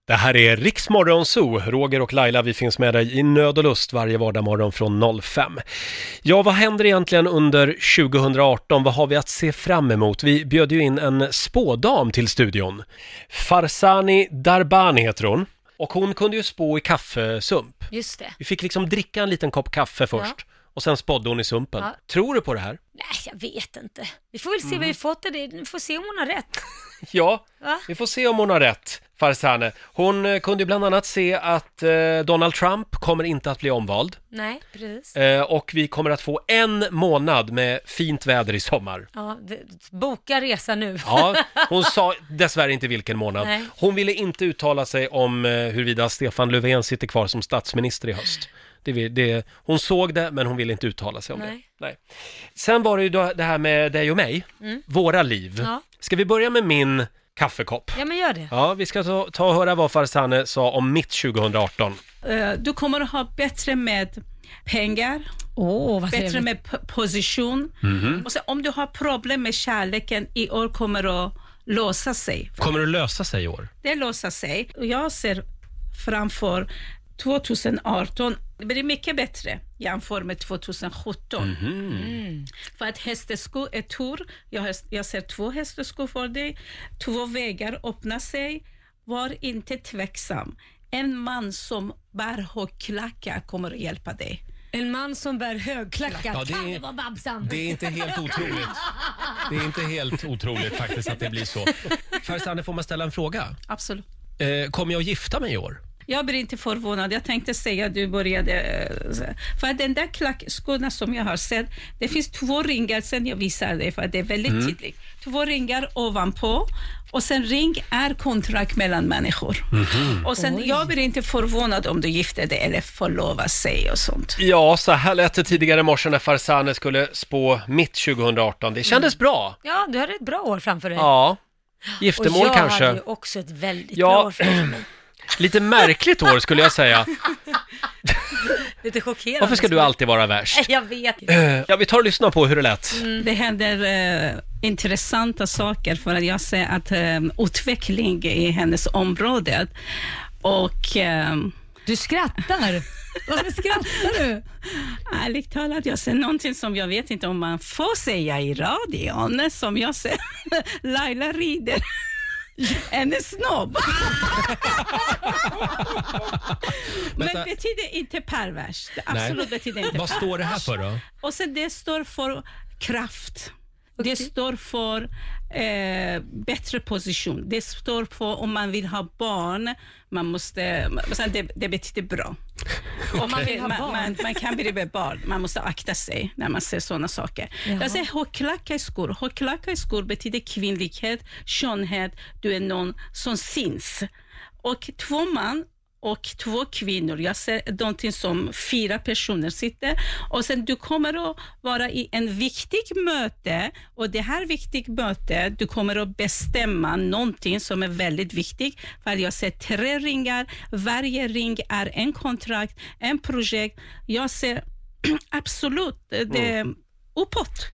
Det här är Riksmorgon Zoo. Roger och Laila, vi finns med dig i nöd och lust varje vardagsmorgon från 05. Ja, vad händer egentligen under 2018? Vad har vi att se fram emot? Vi bjöd ju in en spådam till studion. Farzaneh Darbani heter hon. Och hon kunde ju spå i kaffesump. Just det. Vi fick liksom dricka en liten kopp kaffe först. Ja. Och sen spådde hon i sumpen. Ja. Tror du på det här? Nej, jag vet inte. Vi får väl se vad vi fått det. Vi får se om hon har rätt. Ja, vi får se om hon har rätt, Farzaneh. Hon kunde ju bland annat se att Donald Trump kommer inte att bli omvald. Nej, precis. Och vi kommer att få 1 månad med fint väder i sommar. Ja, boka resa nu. Ja, hon sa dessvärre inte vilken månad. Nej. Hon ville inte uttala sig om huruvida Stefan Löfven sitter kvar som statsminister i höst. Hon såg det, men hon ville inte uttala sig om det. Nej. Sen var det ju det här med dig och mig. Våra liv. Ja. Ska vi börja med min kaffekopp? Ja, men gör det. Ja, vi ska ta och höra vad Farzaneh sa om mitt 2018. Du kommer att ha bättre med pengar. Bättre med position. Och sen, om du har problem med kärleken i år kommer att lösa sig. Kommer det lösa sig i år? Det löser sig. Jag ser framför 2018 det blir mycket bättre jämfört med 2017. För att hästeskor är tur. Jag ser 2 hästeskor för dig. 2 vägar öppnar sig. Var inte tveksam. En man som bär högklackar kommer att hjälpa dig. En man som bär högklackat. Ja, kan det vara Babsan? Det är inte helt otroligt. Det är inte helt otroligt faktiskt att det blir så. Farzaneh, får man ställa en fråga? Absolut. Kommer jag att gifta mig i år? Jag blir inte förvånad. Jag tänkte säga att du började... För att den där klackskorna som jag har sett, det finns 2 ringar, sen jag visar det för att det är väldigt tydligt. 2 ringar ovanpå och sen ring är kontrakt mellan människor. Och sen jag blir inte förvånad om du gifter dig eller förlovar sig och sånt. Ja, så här lät det tidigare i morse när Farzaneh skulle spå mitt 2018. Det kändes bra. Ja, du hade ett bra år framför dig. Ja, giftermål och kanske. Jag hade ju också ett väldigt bra år framför mig. Lite märkligt år skulle jag säga. Lite chockerande. Varför ska du alltid vara värst? Jag vet inte. Ja, vi tar och lyssnar på hur det lät. Det händer intressanta saker för att jag ser att utveckling i hennes område. Och... Du skrattar. Varför skrattar du? Ärligt talat, jag ser någonting som jag vet inte om man får säga i radion. Som jag ser Laila rider. En snobb. Men det betyder inte pervers. Det absolut betyder inte Vad står det här för då? Och sen det står för kraft. Det står för bättre position. Det står för om man vill ha barn. Man måste... Det betyder bra. Om man vill ha barn. Man kan bli barn. Man måste akta sig när man ser sådana saker. Jag säger högklacka skor. Högklacka skor betyder kvinnlighet, skönhet. Du är någon som syns. Och 2 man och 2 kvinnor. Jag ser någonting som 4 personer sitter. Och sen du kommer att vara i en viktig möte. Och det här viktiga mötet, du kommer att bestämma någonting som är väldigt viktigt. För jag ser 3 ringar. Varje ring är en kontrakt, en projekt. Jag ser absolut det uppåt.